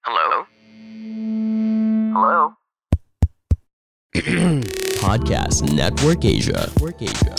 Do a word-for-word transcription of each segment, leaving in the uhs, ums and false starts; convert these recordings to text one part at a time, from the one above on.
Hello? Hello? Podcast Network Asia. Network Asia.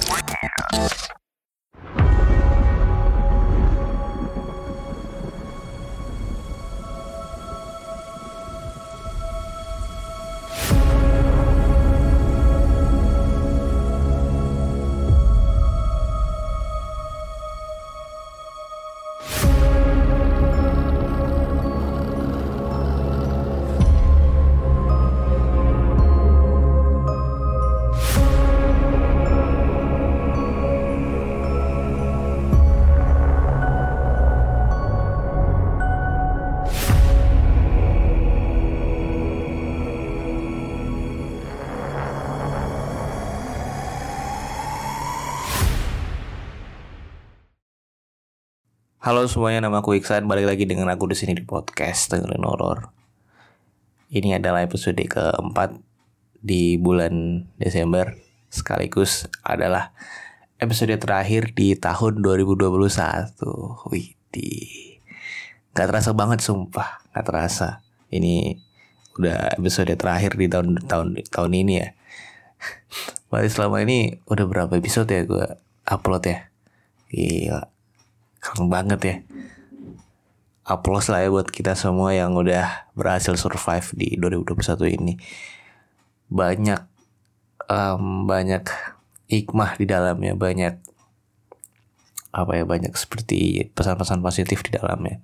Halo semuanya, nama aku Iksan. Balik lagi dengan aku di sini di podcast Dengerin Horor. Ini adalah episode keempat di bulan Desember, sekaligus adalah episode terakhir di tahun dua ribu dua puluh satu. Widih, gak terasa banget sumpah, gak terasa. Ini udah episode terakhir di tahun tahun tahun ini ya. Berarti selama ini udah berapa episode ya gue upload ya? Gila, keren banget ya. Applause lah ya buat kita semua yang udah berhasil survive di dua ribu dua puluh satu ini. Banyak um, Banyak hikmah di dalamnya. Banyak Apa ya Banyak seperti pesan-pesan positif di dalamnya.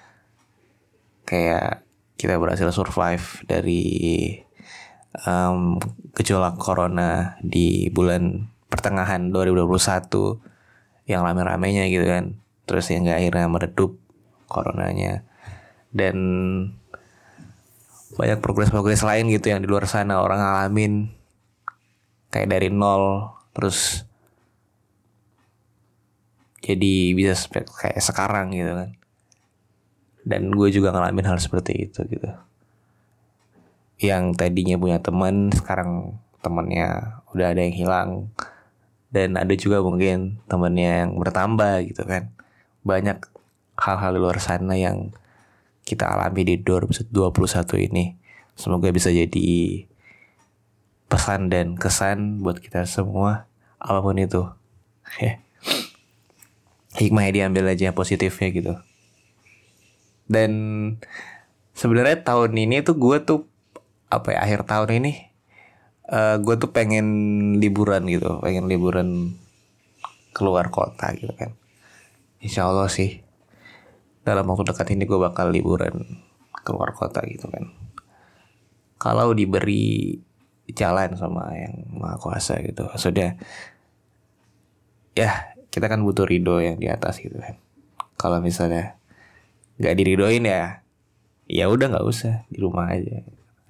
Kayak kita berhasil survive dari um, gejolak corona di bulan pertengahan dua ribu dua puluh satu yang rame-ramenya gitu kan. Terus yang gak akhirnya meredup coronanya. Dan banyak progres-progres lain gitu yang di luar sana orang ngalamin. Kayak dari nol terus jadi bisa kayak sekarang gitu kan. Dan gue juga ngalamin hal seperti itu gitu. Yang tadinya punya teman, sekarang temannya udah ada yang hilang. Dan ada juga mungkin temannya yang bertambah gitu kan. Banyak hal-hal di luar sana yang kita alami di dua ribu dua puluh satu ini. Semoga bisa jadi pesan dan kesan buat kita semua, apapun itu. Hikmahnya diambil aja positifnya gitu. Dan sebenarnya tahun ini tuh gue tuh apa ya akhir tahun ini uh, gue tuh pengen liburan gitu, pengen liburan keluar kota gitu kan. Insya Allah sih dalam waktu dekat ini gue bakal liburan keluar kota gitu kan. Kalau diberi jalan sama yang Maha Kuasa gitu. Maksudnya ya kita kan butuh ridho yang di atas gitu kan. Kalau misalnya gak diridoin ya ya udah gak usah, di rumah aja.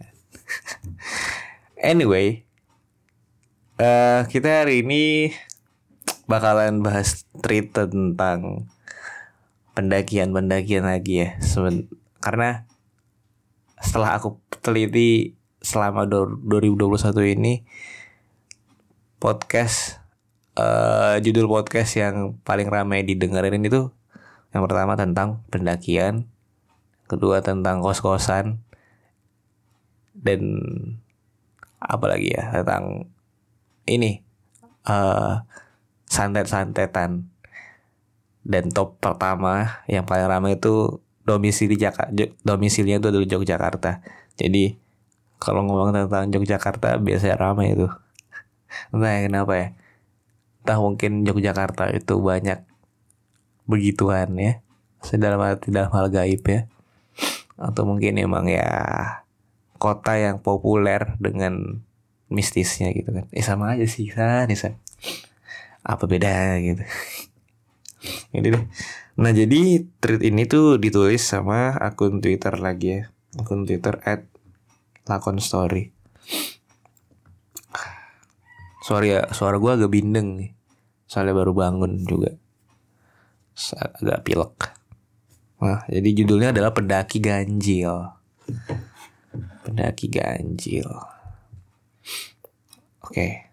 Anyway, uh, kita hari ini bakalan bahas treat tentang pendakian-pendakian lagi ya. Seben- karena setelah aku teliti selama dua ribu dua puluh satu ini, podcast uh, judul podcast yang paling ramai didengerin itu yang pertama tentang pendakian, kedua tentang kos-kosan, dan apa lagi ya tentang ini uh, santet-santetan. Dan top pertama yang paling ramai itu domisili Jakarta, domisilinya itu adalah Yogyakarta. Jadi kalau ngomong tentang Yogyakarta biasanya ramai itu. Entah kenapa ya. Entah mungkin Yogyakarta itu banyak begituan ya, dalam arti dalam hal gaib ya. Atau mungkin emang ya kota yang populer dengan mistisnya gitu kan. Eh sama aja sih kan, San. Apa bedanya gitu. Ini deh. Nah jadi tweet ini tuh ditulis sama akun Twitter lagi ya. Akun Twitter at lakonstory. Sorry ya, suara gue agak bindeng nih. Soalnya baru bangun juga, agak pilek. Nah jadi judulnya adalah Pendaki Ganjil. Pendaki Ganjil. Oke.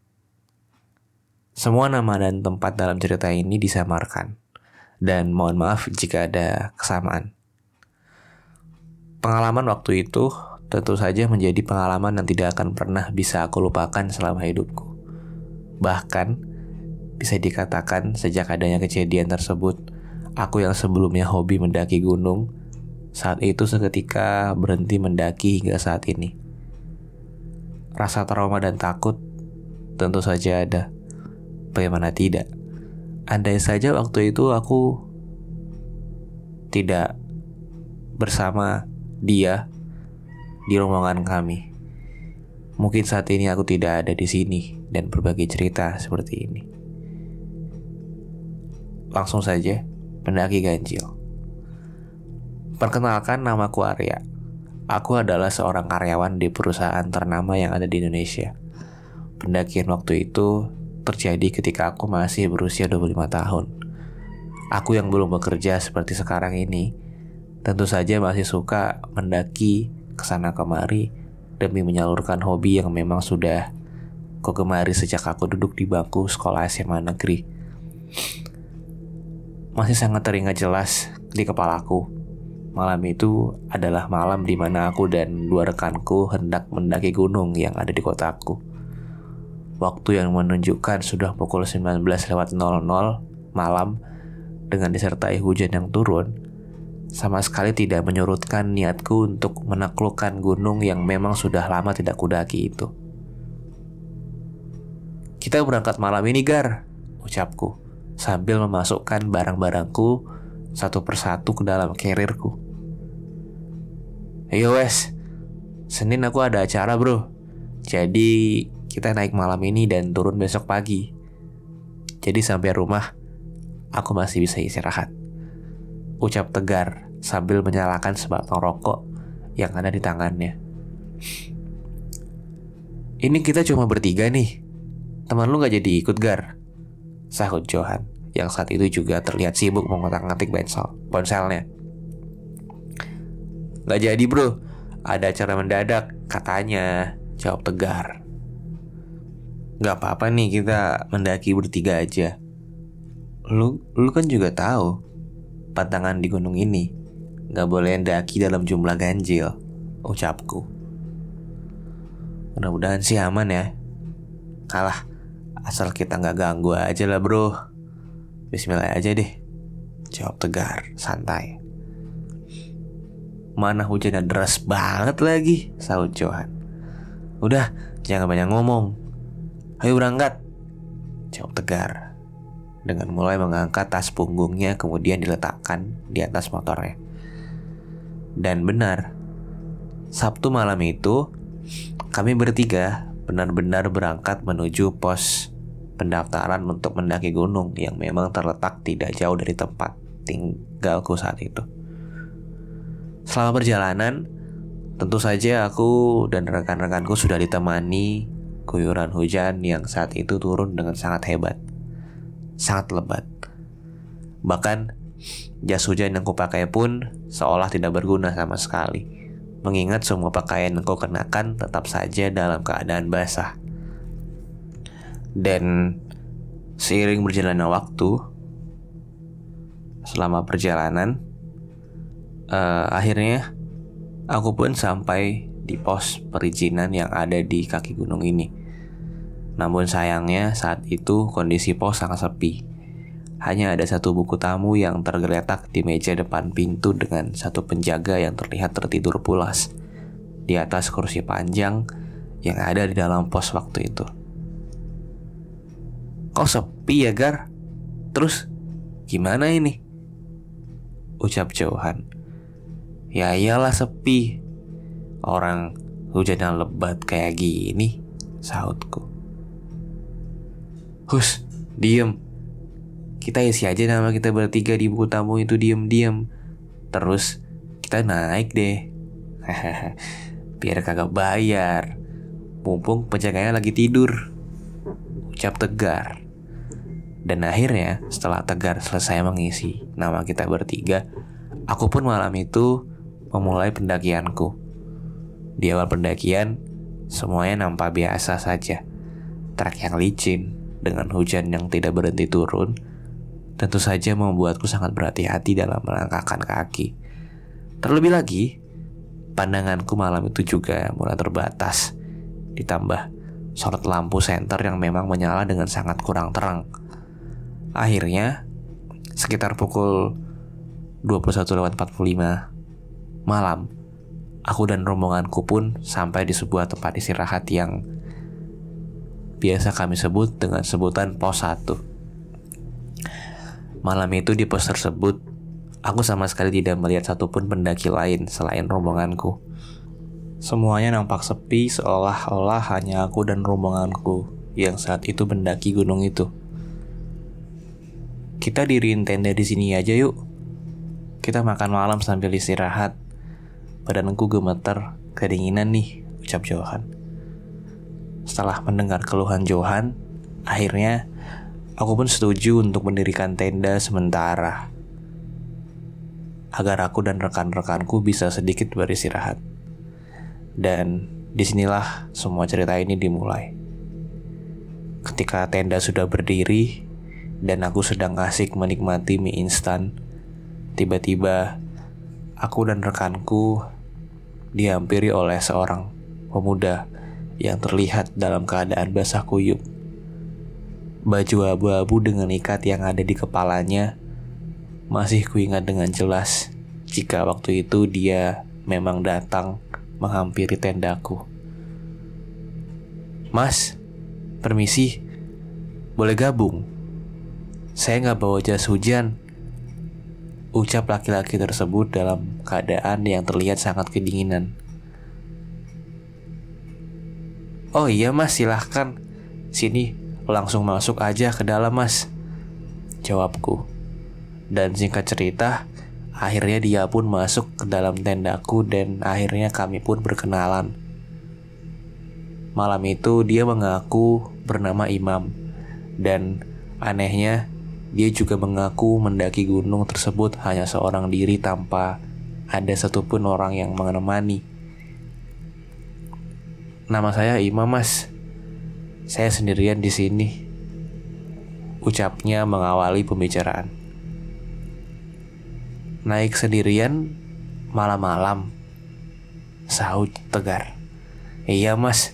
Semua nama dan tempat dalam cerita ini disamarkan. Dan mohon maaf jika ada kesamaan. Pengalaman waktu itu tentu saja menjadi pengalaman yang tidak akan pernah bisa aku lupakan selama hidupku. Bahkan bisa dikatakan sejak adanya kejadian tersebut, aku yang sebelumnya hobi mendaki gunung, saat itu seketika berhenti mendaki hingga saat ini. Rasa trauma dan takut tentu saja ada. Bagaimana tidak? Andai saja waktu itu aku tidak bersama dia di rombongan kami, mungkin saat ini aku tidak ada di sini dan berbagi cerita seperti ini. Langsung saja, pendaki ganjil. Perkenalkan, namaku Arya. Aku adalah seorang karyawan di perusahaan ternama yang ada di Indonesia. Pendakian waktu itu terjadi ketika aku masih berusia dua puluh lima tahun. Aku yang belum bekerja seperti sekarang ini, tentu saja masih suka mendaki kesana kemari demi menyalurkan hobi yang memang sudah ku gemari sejak aku duduk di bangku sekolah S M A negeri. Masih sangat teringat jelas di kepalaku. Malam itu adalah malam di mana aku dan dua rekanku hendak mendaki gunung yang ada di kotaku. Waktu yang menunjukkan sudah pukul sembilan belas lewat nol nol malam dengan disertai hujan yang turun, sama sekali tidak menyurutkan niatku untuk menaklukkan gunung yang memang sudah lama tidak kudaki itu. Kita berangkat malam ini, Gar, ucapku sambil memasukkan barang-barangku satu persatu ke dalam carrierku. Ayo wes, Senin aku ada acara bro, jadi kita naik malam ini dan turun besok pagi. Jadi sampai rumah aku masih bisa istirahat, ucap Tegar sambil menyalakan sebatang rokok yang ada di tangannya. Ini kita cuma bertiga nih, teman lu gak jadi ikut, Gar? Sahut Johan yang saat itu juga terlihat sibuk mengotak-ngatik ponsel, ponselnya. Gak jadi bro, ada acara mendadak katanya, jawab Tegar. Gak apa-apa nih kita mendaki bertiga aja. Lu, lu kan juga tahu pantangan di gunung ini gak boleh mendaki dalam jumlah ganjil, ucapku. Mudah-mudahan sih aman ya. Kalah, asal kita gak ganggu aja lah bro. Bismillah aja deh, jawab Tegar santai. Mana hujannya deras banget lagi, sahut Johan. Udah, jangan banyak ngomong, ayo berangkat, jawab Tegar dengan mulai mengangkat tas punggungnya kemudian diletakkan di atas motornya. Dan benar, Sabtu malam itu kami bertiga benar-benar berangkat menuju pos pendaftaran untuk mendaki gunung yang memang terletak tidak jauh dari tempat tinggalku saat itu. Selama perjalanan, tentu saja aku dan rekan-rekanku sudah ditemani guyuran hujan yang saat itu turun dengan sangat hebat, sangat lebat. Bahkan jas hujan yang kupakai pun seolah tidak berguna sama sekali, mengingat semua pakaian yang kau kenakan tetap saja dalam keadaan basah. Dan seiring berjalannya waktu, selama perjalanan, uh, akhirnya aku pun sampai di pos perizinan yang ada di kaki gunung ini. Namun sayangnya saat itu kondisi pos sangat sepi. Hanya ada satu buku tamu yang tergeletak di meja depan pintu dengan satu penjaga yang terlihat tertidur pulas di atas kursi panjang yang ada di dalam pos waktu itu. Kok sepi ya, Gar? Terus gimana ini? Ucap Johan. Ya iyalah sepi, orang hujan yang lebat kayak gini, sahutku. Hus, diem. Kita isi aja nama kita bertiga di buku tamu itu diem-diem. Terus kita naik deh. Biar kagak bayar, mumpung penjaganya lagi tidur, ucap Tegar. Dan akhirnya setelah Tegar selesai mengisi nama kita bertiga, aku pun malam itu memulai pendakianku. Di awal pendakian, semuanya nampak biasa saja. Trek yang licin dengan hujan yang tidak berhenti turun tentu saja membuatku sangat berhati-hati dalam melangkahkan kaki. Terlebih lagi, Pandanganku malam itu juga mulai terbatas, ditambah sorot lampu senter yang memang menyala dengan sangat kurang terang. Akhirnya sekitar pukul dua puluh satu lewat empat puluh lima malam, aku dan rombonganku pun sampai di sebuah tempat istirahat yang biasa kami sebut dengan sebutan pos satu. Malam itu di pos tersebut, aku sama sekali tidak melihat satupun pendaki lain selain rombonganku. Semuanya nampak sepi, seolah-olah hanya aku dan rombonganku yang saat itu mendaki gunung itu. Kita diriin tenda di sini aja yuk. Kita makan malam sambil istirahat. Badanku gemeter, kedinginan nih, ucap Johan. Setelah mendengar keluhan Johan, akhirnya aku pun setuju untuk mendirikan tenda sementara agar aku dan rekan-rekanku bisa sedikit beristirahat. Dan disinilah semua cerita ini dimulai. Ketika tenda sudah berdiri dan aku sedang asik menikmati mie instan, tiba-tiba aku dan rekanku dihampiri oleh seorang pemuda yang terlihat dalam keadaan basah kuyup. Baju abu-abu dengan ikat yang ada di kepalanya masih kuingat dengan jelas jika waktu itu dia memang datang menghampiri tendaku. Mas, permisi, boleh gabung? Saya nggak bawa jas hujan, ucap laki-laki tersebut dalam keadaan yang terlihat sangat kedinginan. Oh iya mas, silahkan. Sini, langsung masuk aja ke dalam mas, jawabku. Dan singkat cerita, akhirnya dia pun masuk ke dalam tendaku dan akhirnya kami pun berkenalan. Malam itu dia mengaku bernama Imam. Dan anehnya, dia juga mengaku mendaki gunung tersebut hanya seorang diri tanpa ada satupun orang yang menemani. Nama saya Imam mas, saya sendirian di sini, ucapnya mengawali pembicaraan. Naik sendirian malam-malam, sahut Tegar. Iya mas.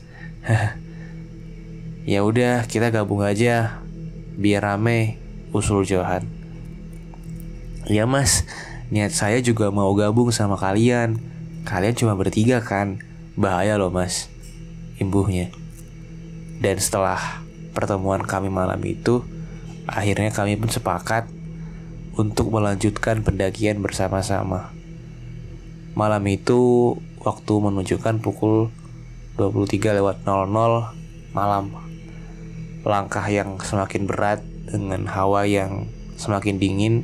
Ya udah kita gabung aja, biar rame, usul Johan. Iya mas, niat saya juga mau gabung sama kalian. Kalian cuma bertiga kan, bahaya loh mas, imbuhnya. Dan setelah pertemuan kami malam itu, akhirnya kami pun sepakat untuk melanjutkan pendakian bersama-sama. Malam itu waktu menunjukkan pukul dua puluh tiga lewat nol nol malam. Langkah yang semakin berat dengan hawa yang semakin dingin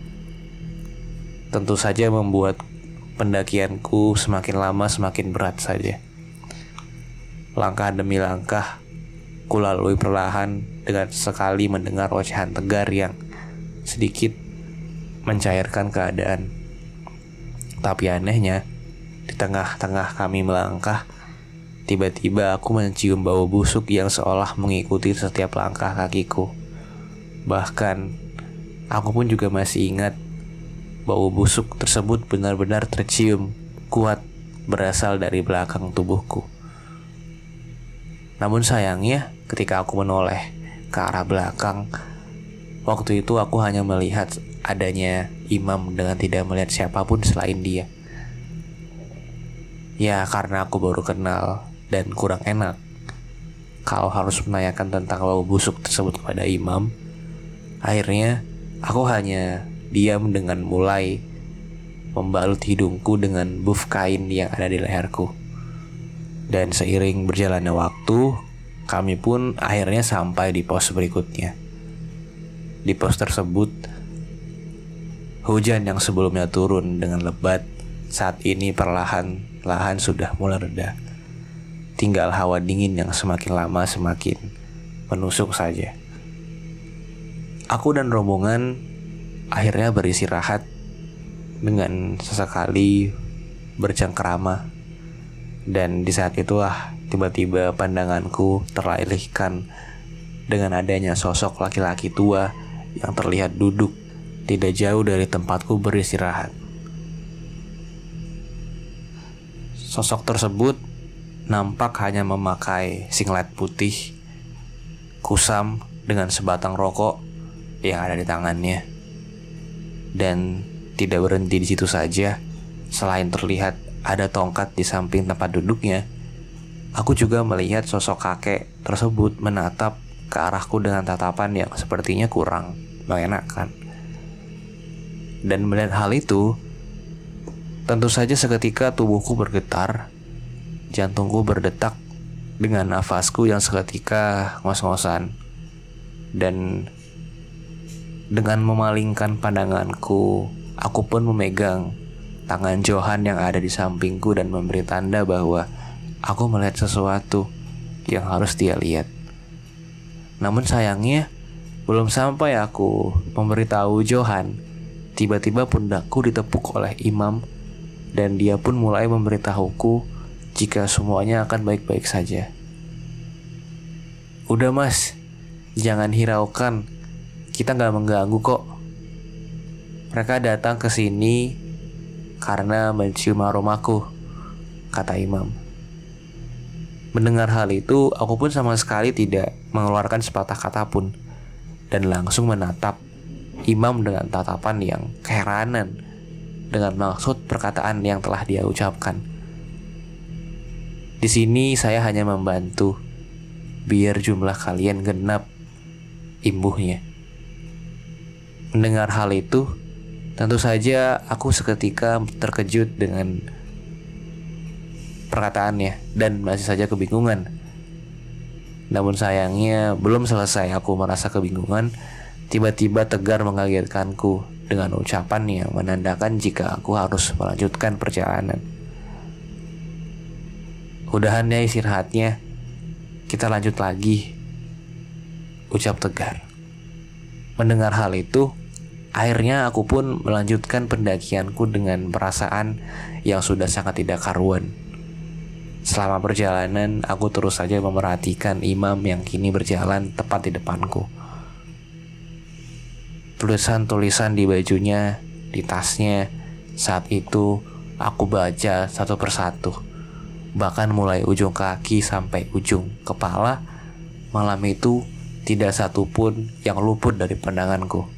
tentu saja membuat pendakianku semakin lama semakin berat saja. Langkah demi langkah kulalui perlahan dengan sekali mendengar ocehan Tegar yang sedikit mencairkan keadaan. Tapi anehnya, di tengah-tengah kami melangkah, tiba-tiba aku mencium bau busuk yang seolah mengikuti setiap langkah kakiku. Bahkan, aku pun juga masih ingat bau busuk tersebut benar-benar tercium kuat berasal dari belakang tubuhku. Namun sayangnya, ketika aku menoleh ke arah belakang, waktu itu aku hanya melihat adanya Imam dengan tidak melihat siapapun selain dia. Ya karena aku baru kenal dan kurang enak kalau harus menanyakan tentang bau busuk tersebut kepada Imam, akhirnya aku hanya diam dengan mulai membalut hidungku dengan buff kain yang ada di leherku. Dan seiring berjalannya waktu, kami pun akhirnya sampai di pos berikutnya. Di pos tersebut, hujan yang sebelumnya turun dengan lebat saat ini perlahan-lahan sudah mulai reda. Tinggal hawa dingin yang semakin lama semakin menusuk saja. Aku dan rombongan akhirnya beristirahat dengan sesekali bercengkerama. Dan di saat itulah tiba-tiba pandanganku teralihkan dengan adanya sosok laki-laki tua yang terlihat duduk tidak jauh dari tempatku beristirahat. Sosok tersebut nampak hanya memakai singlet putih kusam dengan sebatang rokok yang ada di tangannya. Dan tidak berhenti di situ saja. Selain terlihat ada tongkat di samping tempat duduknya, aku juga melihat sosok kakek tersebut menatap ke arahku dengan tatapan yang sepertinya kurang mengenakan. Dan melihat hal itu, tentu saja seketika tubuhku bergetar, jantungku berdetak dengan nafasku yang seketika ngos-ngosan. Dan dengan memalingkan pandanganku, aku pun memegang tangan Johan yang ada di sampingku dan memberi tanda bahwa aku melihat sesuatu yang harus dia lihat. Namun sayangnya, belum sampai aku memberitahu Johan, tiba-tiba pundakku ditepuk oleh Imam dan dia pun mulai memberitahuku jika semuanya akan baik-baik saja. Udah mas, jangan hiraukan, kita gak mengganggu kok. Mereka datang ke sini karena mencium aromaku, kata Imam. Mendengar hal itu, aku pun sama sekali tidak mengeluarkan sepatah kata pun, dan langsung menatap Imam dengan tatapan yang keheranan dengan maksud perkataan yang telah dia ucapkan. Di sini saya hanya membantu biar jumlah kalian genap, imbuhnya. Mendengar hal itu, tentu saja aku seketika terkejut dengan perkataannya dan masih saja kebingungan. Namun sayangnya belum selesai aku merasa kebingungan, tiba-tiba Tegar mengagetkanku dengan ucapan yang menandakan jika aku harus melanjutkan perjalanan. Udahan ya istirahatnya, kita lanjut lagi, ucap Tegar. Mendengar hal itu, akhirnya aku pun melanjutkan pendakianku dengan perasaan yang sudah sangat tidak karuan. Selama perjalanan, aku terus saja memerhatikan Imam yang kini berjalan tepat di depanku. Tulisan-tulisan di bajunya, di tasnya, saat itu aku baca satu persatu. Bahkan mulai ujung kaki sampai ujung kepala, malam itu tidak satu pun yang luput dari pandanganku.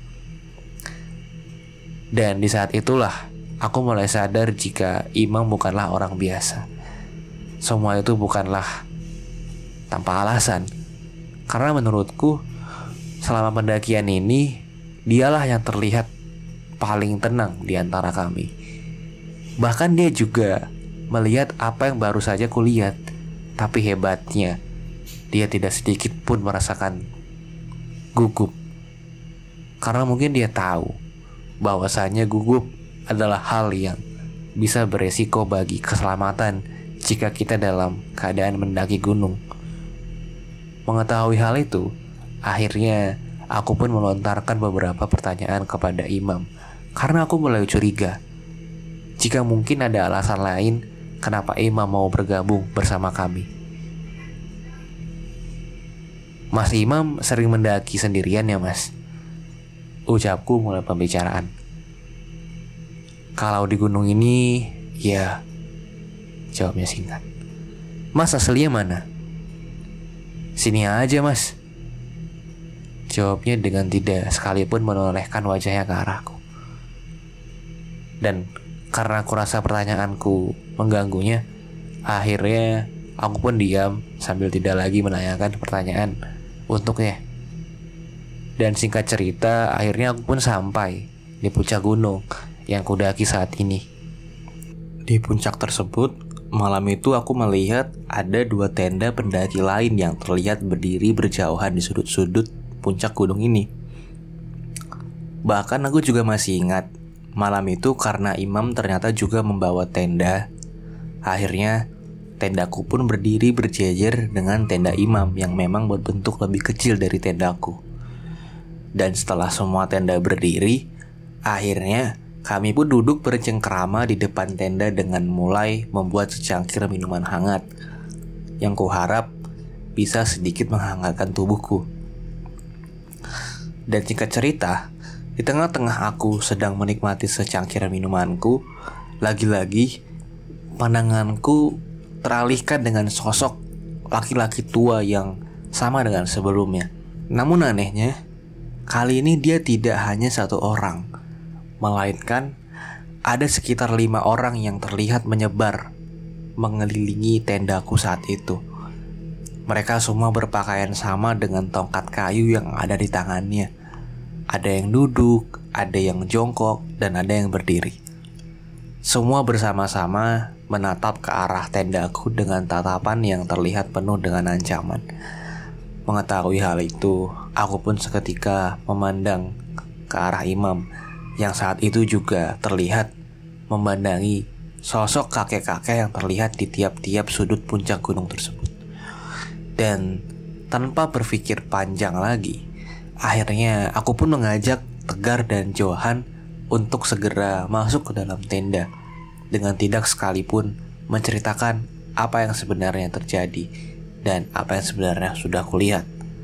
Dan di saat itulah aku mulai sadar jika Imam bukanlah orang biasa. Semua itu bukanlah tanpa alasan. Karena menurutku, selama pendakian ini, dialah yang terlihat paling tenang di antara kami. Bahkan dia juga melihat apa yang baru saja kulihat. Tapi hebatnya, dia tidak sedikit pun merasakan gugup. Karena mungkin dia tahu bahwasanya gugup adalah hal yang bisa beresiko bagi keselamatan jika kita dalam keadaan mendaki gunung. Mengetahui hal itu, akhirnya aku pun melontarkan beberapa pertanyaan kepada Imam. Karena aku mulai curiga jika mungkin ada alasan lain kenapa Imam mau bergabung bersama kami. Mas Imam sering mendaki sendirian ya mas? Ucapku mulai pembicaraan. Kalau di gunung ini, ya, jawabnya singkat. Mas aslinya mana? Sini aja mas, jawabnya dengan tidak sekalipun menolehkan wajahnya ke arahku. Dan karena aku rasa pertanyaanku mengganggunya, akhirnya aku pun diam sambil tidak lagi menanyakan pertanyaan untuknya. Dan singkat cerita, akhirnya aku pun sampai di puncak gunung yang kudaki saat ini. Di puncak tersebut, malam itu aku melihat ada dua tenda pendaki lain yang terlihat berdiri berjauhan di sudut-sudut puncak gunung ini. Bahkan aku juga masih ingat, malam itu karena Imam ternyata juga membawa tenda, akhirnya tendaku pun berdiri berjejer dengan tenda Imam yang memang berbentuk lebih kecil dari tendaku. Dan setelah semua tenda berdiri, akhirnya kami pun duduk bercengkerama di depan tenda dengan mulai membuat secangkir minuman hangat yang kuharap bisa sedikit menghangatkan tubuhku. Dan singkat cerita, di tengah-tengah aku sedang menikmati secangkir minumanku, lagi-lagi pandanganku teralihkan dengan sosok laki-laki tua yang sama dengan sebelumnya. Namun anehnya, kali ini dia tidak hanya satu orang, melainkan ada sekitar lima orang yang terlihat menyebar mengelilingi tendaku saat itu. Mereka semua berpakaian sama dengan tongkat kayu yang ada di tangannya. Ada yang duduk, ada yang jongkok, dan ada yang berdiri. Semua bersama-sama menatap ke arah tendaku dengan tatapan yang terlihat penuh dengan ancaman. Mengetahui hal itu, aku pun seketika memandang ke arah imam yang saat itu juga terlihat memandangi sosok kakek-kakek yang terlihat di tiap-tiap sudut puncak gunung tersebut. Dan tanpa berpikir panjang lagi, akhirnya aku pun mengajak Tegar dan Johan untuk segera masuk ke dalam tenda dengan tidak sekalipun menceritakan apa yang sebenarnya terjadi dan apa yang sebenarnya sudah kulihat.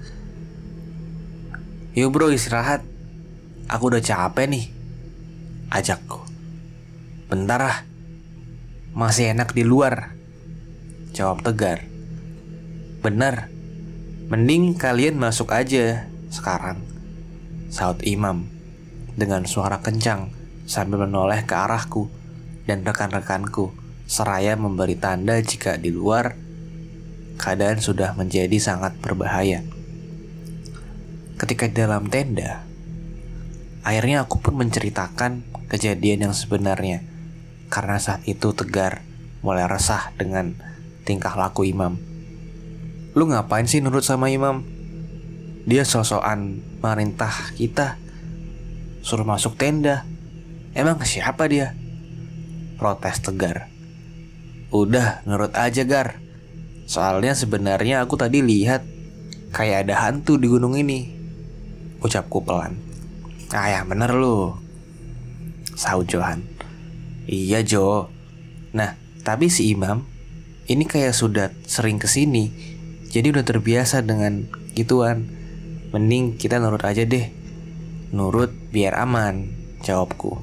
"Yuk bro, istirahat. Aku udah capek nih," ajakku. "Bentar lah, masih enak di luar," jawab Tegar. "Bener, mending kalian masuk aja sekarang," saut imam dengan suara kencang sambil menoleh ke arahku dan rekan-rekanku seraya memberi tanda jika di luar keadaan sudah menjadi sangat berbahaya. Ketika di dalam tenda, akhirnya aku pun menceritakan kejadian yang sebenarnya, karena saat itu Tegar mulai resah dengan tingkah laku imam. "Lu ngapain sih nurut sama imam? Dia sosokan merintah kita, suruh masuk tenda. Emang siapa dia?" protes Tegar. "Udah, nurut aja Gar. Soalnya sebenarnya aku tadi lihat kayak ada hantu di gunung ini," ucapku pelan. "Ah ya bener lu," sahut Johan. "Iya Jo. Nah, tapi si imam ini kayak sudah sering kesini, jadi udah terbiasa dengan gituan. Mending kita nurut aja deh. Nurut biar aman," jawabku.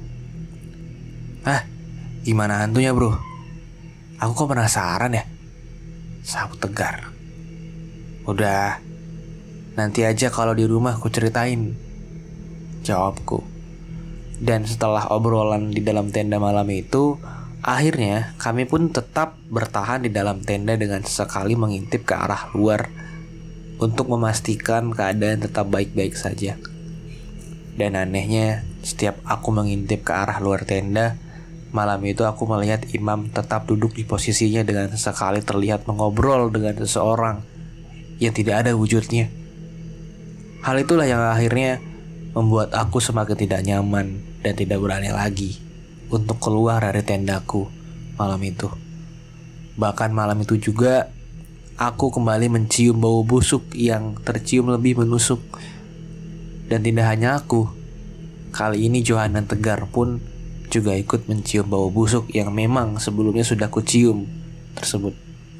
"Ah, gimana hantunya bro? Aku kok penasaran ya," sahut Tegar. "Udah, nanti aja kalau di rumah aku ceritain," jawabku. Dan setelah obrolan di dalam tenda malam itu, akhirnya kami pun tetap bertahan di dalam tenda dengan sesekali mengintip ke arah luar untuk memastikan keadaan tetap baik-baik saja. Dan anehnya, setiap aku mengintip ke arah luar tenda, malam itu aku melihat imam tetap duduk di posisinya dengan sesekali terlihat mengobrol dengan seseorang yang tidak ada wujudnya. Hal itulah yang akhirnya membuat aku semakin tidak nyaman dan tidak berani lagi untuk keluar dari tendaku malam itu. Bahkan malam itu juga aku kembali mencium bau busuk yang tercium lebih menusuk. Dan tidak hanya aku, kali ini Johan dan Tegar pun juga ikut mencium bau busuk yang memang sebelumnya sudah kucium tersebut.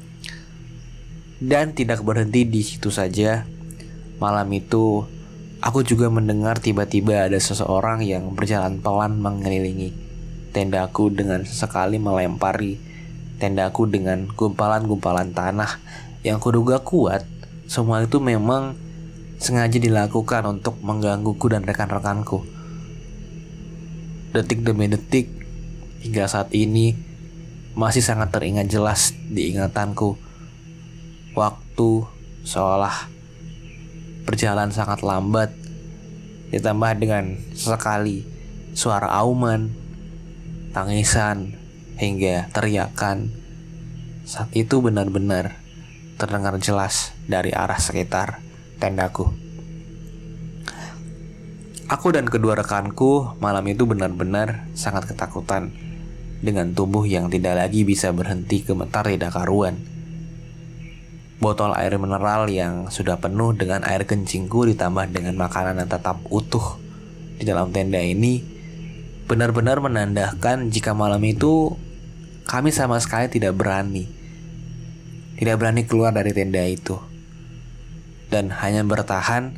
Dan tidak berhenti di situ saja. Malam itu aku juga mendengar tiba-tiba ada seseorang yang berjalan pelan mengelilingi tendaku dengan sesekali melempari tendaku dengan gumpalan-gumpalan tanah yang kuduga kuat. Semua itu memang sengaja dilakukan untuk menggangguku dan rekan-rekanku. Detik demi detik hingga saat ini masih sangat teringat jelas di ingatanku. Waktu seolah berjalan sangat lambat, ditambah dengan sesekali suara auman, tangisan, hingga teriakan. Saat itu benar-benar terdengar jelas dari arah sekitar tendaku. Aku dan kedua rekanku malam itu benar-benar sangat ketakutan dengan tubuh yang tidak lagi bisa berhenti gemetar tidak karuan. Botol air mineral yang sudah penuh dengan air kencingku ditambah dengan makanan yang tetap utuh di dalam tenda ini benar-benar menandakan jika malam itu kami sama sekali tidak berani Tidak berani keluar dari tenda itu dan hanya bertahan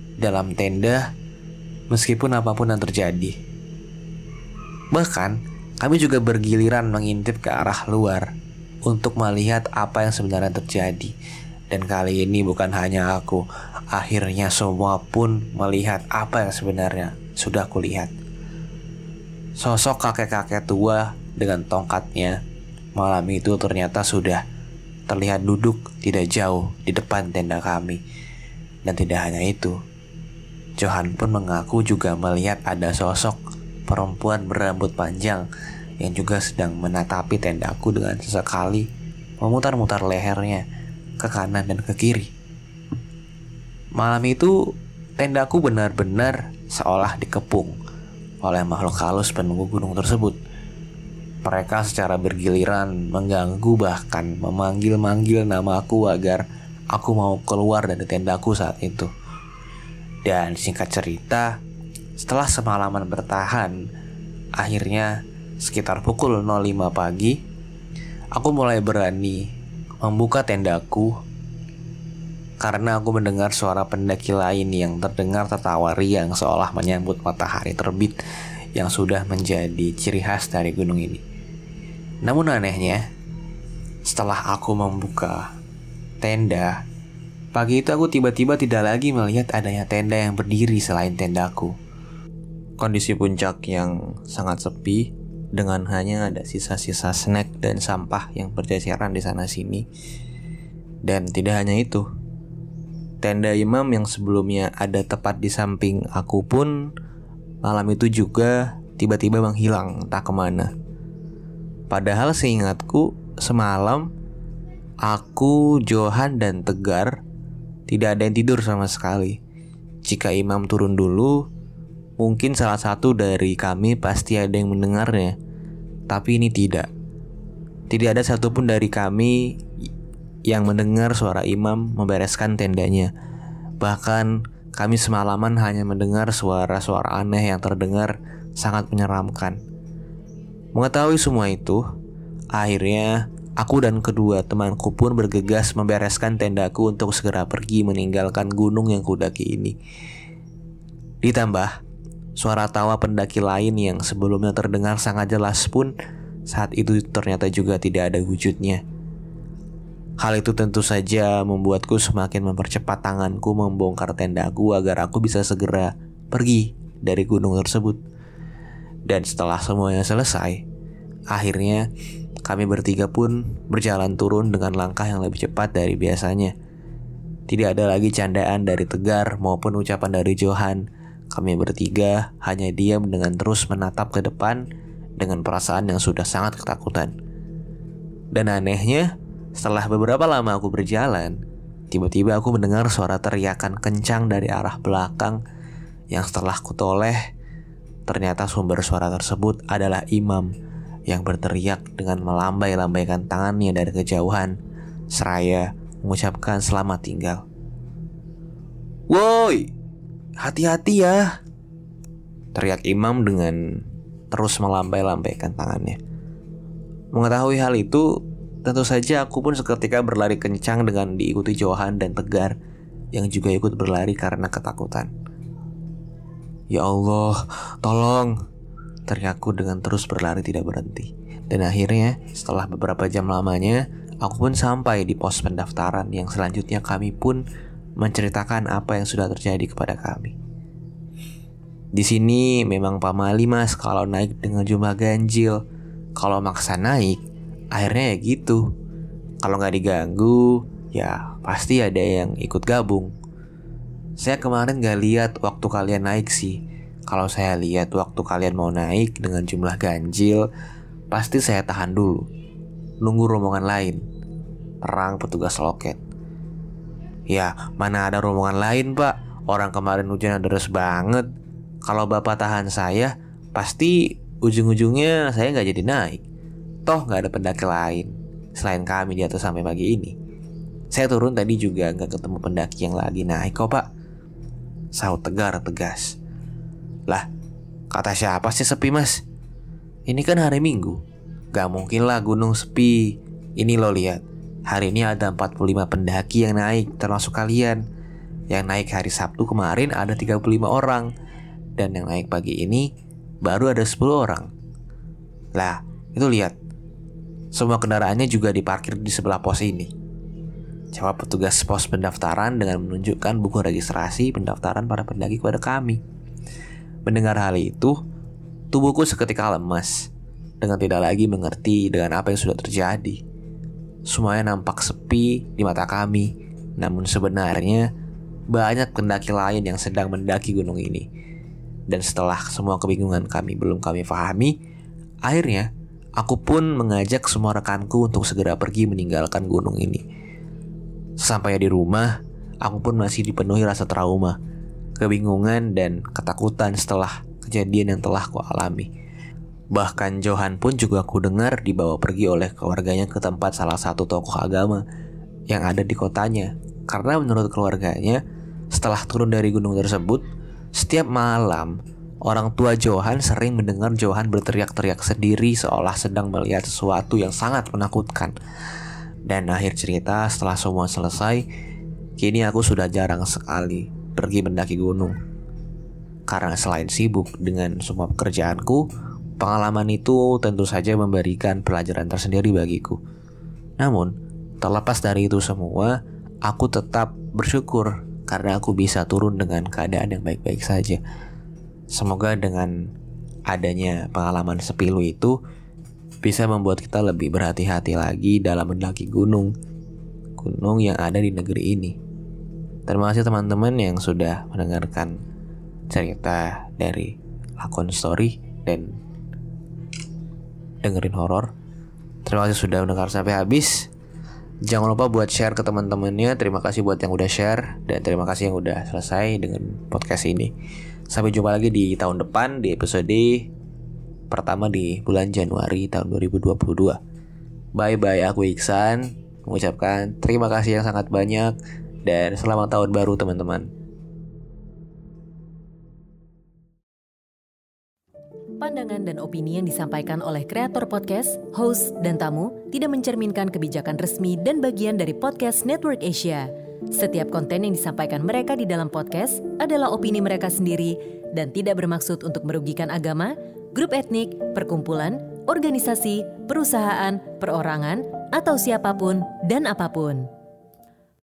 dalam tenda meskipun apapun yang terjadi. Bahkan kami juga bergiliran mengintip ke arah luar untuk melihat apa yang sebenarnya terjadi. Dan kali ini bukan hanya aku, akhirnya semua pun melihat apa yang sebenarnya sudah kulihat. Sosok kakek-kakek tua dengan tongkatnya malam itu ternyata sudah terlihat duduk tidak jauh di depan tenda kami. Dan tidak hanya itu, Johan pun mengaku juga melihat ada sosok perempuan berambut panjang yang juga sedang menatapi tendaku dengan sesekali memutar-mutar lehernya ke kanan dan ke kiri. Malam itu tendaku benar-benar seolah dikepung oleh makhluk halus penunggu gunung tersebut. Mereka secara bergiliran mengganggu, bahkan memanggil-manggil namaku agar aku mau keluar dari tendaku saat itu. Dan singkat cerita, setelah semalaman bertahan, akhirnya sekitar pukul nol lima pagi, aku mulai berani membuka tendaku karena aku mendengar suara pendaki lain yang terdengar tertawa riang seolah menyambut matahari terbit yang sudah menjadi ciri khas dari gunung ini. Namun anehnya, setelah aku membuka tenda, pagi itu aku tiba-tiba tidak lagi melihat adanya tenda yang berdiri selain tendaku. Kondisi puncak yang sangat sepi, dengan hanya ada sisa-sisa snack dan sampah yang berceceran di sana sini. Dan tidak hanya itu, tenda imam yang sebelumnya ada tepat di samping aku pun malam itu juga tiba-tiba menghilang entah kemana. Padahal seingatku semalam aku, Johan, dan Tegar tidak ada yang tidur sama sekali. Jika imam turun dulu, mungkin salah satu dari kami pasti ada yang mendengarnya. Tapi ini tidak. Tidak ada satupun dari kami yang mendengar suara imam membereskan tendanya. Bahkan kami semalaman hanya mendengar suara-suara aneh yang terdengar sangat menyeramkan. Mengetahui semua itu, akhirnya aku dan kedua temanku pun bergegas membereskan tendaku untuk segera pergi meninggalkan gunung yang kudaki ini. Ditambah suara tawa pendaki lain yang sebelumnya terdengar sangat jelas pun saat itu ternyata juga tidak ada wujudnya. Hal itu tentu saja membuatku semakin mempercepat tanganku membongkar tendaku agar aku bisa segera pergi dari gunung tersebut. Dan setelah semuanya selesai, akhirnya kami bertiga pun berjalan turun dengan langkah yang lebih cepat dari biasanya. Tidak ada lagi candaan dari Tegar maupun ucapan dari Johan. Kami bertiga hanya diam dengan terus menatap ke depan dengan perasaan yang sudah sangat ketakutan. Dan anehnya, setelah beberapa lama aku berjalan, tiba-tiba aku mendengar suara teriakan kencang dari arah belakang yang setelah kutoleh, ternyata sumber suara tersebut adalah imam yang berteriak dengan melambai-lambaikan tangannya dari kejauhan seraya mengucapkan selamat tinggal. "Woi, hati-hati ya!" teriak imam dengan terus melambai-lambaikan tangannya. Mengetahui hal itu, tentu saja aku pun seketika berlari kencang dengan diikuti Johan dan Tegar yang juga ikut berlari karena ketakutan. "Ya Allah, tolong!" teriakku dengan terus berlari tidak berhenti. Dan akhirnya setelah beberapa jam lamanya, aku pun sampai di pos pendaftaran yang selanjutnya kami pun menceritakan apa yang sudah terjadi kepada kami. Di sini memang pamali mas kalau naik dengan jumlah ganjil. Kalau maksa naik, akhirnya ya gitu. Kalau nggak diganggu, ya pasti ada yang ikut gabung. Saya kemarin nggak lihat waktu kalian naik sih. Kalau saya lihat waktu kalian mau naik dengan jumlah ganjil, pasti saya tahan dulu, nunggu rombongan lain. Terang petugas loket. "Ya, mana ada rombongan lain, Pak. Orang kemarin hujan deras banget. Kalau Bapak tahan saya, pasti ujung-ujungnya saya nggak jadi naik. Toh nggak ada pendaki lain selain kami di atas sampai pagi ini. Saya turun tadi juga nggak ketemu pendaki yang lagi naik kok, Pak," sahut Tegar tegas. "Lah, kata siapa sih sepi, Mas? Ini kan hari Minggu. Gak mungkin lah gunung sepi. Ini lo lihat. Hari ini ada empat puluh lima pendaki yang naik, termasuk kalian. Yang naik hari Sabtu kemarin ada tiga puluh lima orang. Dan yang naik pagi ini baru ada sepuluh orang. Lah, itu lihat. Semua kendaraannya juga diparkir di sebelah pos ini. Jawab petugas pos pendaftaran dengan menunjukkan buku registrasi pendaftaran para pendaki kepada kami. Mendengar hal itu, tubuhku seketika lemas, dengan tidak lagi mengerti dengan apa yang sudah terjadi. Semuanya nampak sepi di mata kami, namun sebenarnya banyak pendaki lain yang sedang mendaki gunung ini. Dan setelah semua kebingungan kami belum kami pahami, akhirnya aku pun mengajak semua rekanku untuk segera pergi meninggalkan gunung ini. Sampai di rumah, aku pun masih dipenuhi rasa trauma, kebingungan dan ketakutan setelah kejadian yang telah ku alami. Bahkan Johan pun juga aku dengar dibawa pergi oleh keluarganya ke tempat salah satu tokoh agama yang ada di kotanya. Karena menurut keluarganya, setelah turun dari gunung tersebut, setiap malam orang tua Johan sering mendengar Johan berteriak-teriak sendiri seolah sedang melihat sesuatu yang sangat menakutkan. Dan akhir cerita, setelah semua selesai, kini aku sudah jarang sekali pergi mendaki gunung. Karena selain sibuk dengan semua pekerjaanku, pengalaman itu tentu saja memberikan pelajaran tersendiri bagiku. Namun, terlepas dari itu semua, aku tetap bersyukur karena aku bisa turun dengan keadaan yang baik-baik saja. Semoga dengan adanya pengalaman sepilu itu bisa membuat kita lebih berhati-hati lagi dalam mendaki gunung Gunung yang ada di negeri ini. Terima kasih teman-teman yang sudah mendengarkan cerita dari Lakon Story dan dengerin horor. Terima kasih sudah mendengar sampai habis. Jangan lupa buat share ke teman-temannya. Terima kasih buat yang udah share, dan terima kasih yang udah selesai dengan podcast ini. Sampai jumpa lagi di tahun depan, di episode pertama di bulan Januari tahun dua ribu dua puluh dua. Bye-bye, aku Iksan mengucapkan terima kasih yang sangat banyak dan selamat tahun baru teman-teman. Pandangan dan opini yang disampaikan oleh kreator podcast, host, dan tamu tidak mencerminkan kebijakan resmi dan bagian dari Podcast Network Asia. Setiap konten yang disampaikan mereka di dalam podcast adalah opini mereka sendiri dan tidak bermaksud untuk merugikan agama, grup etnik, perkumpulan, organisasi, perusahaan, perorangan, atau siapapun dan apapun.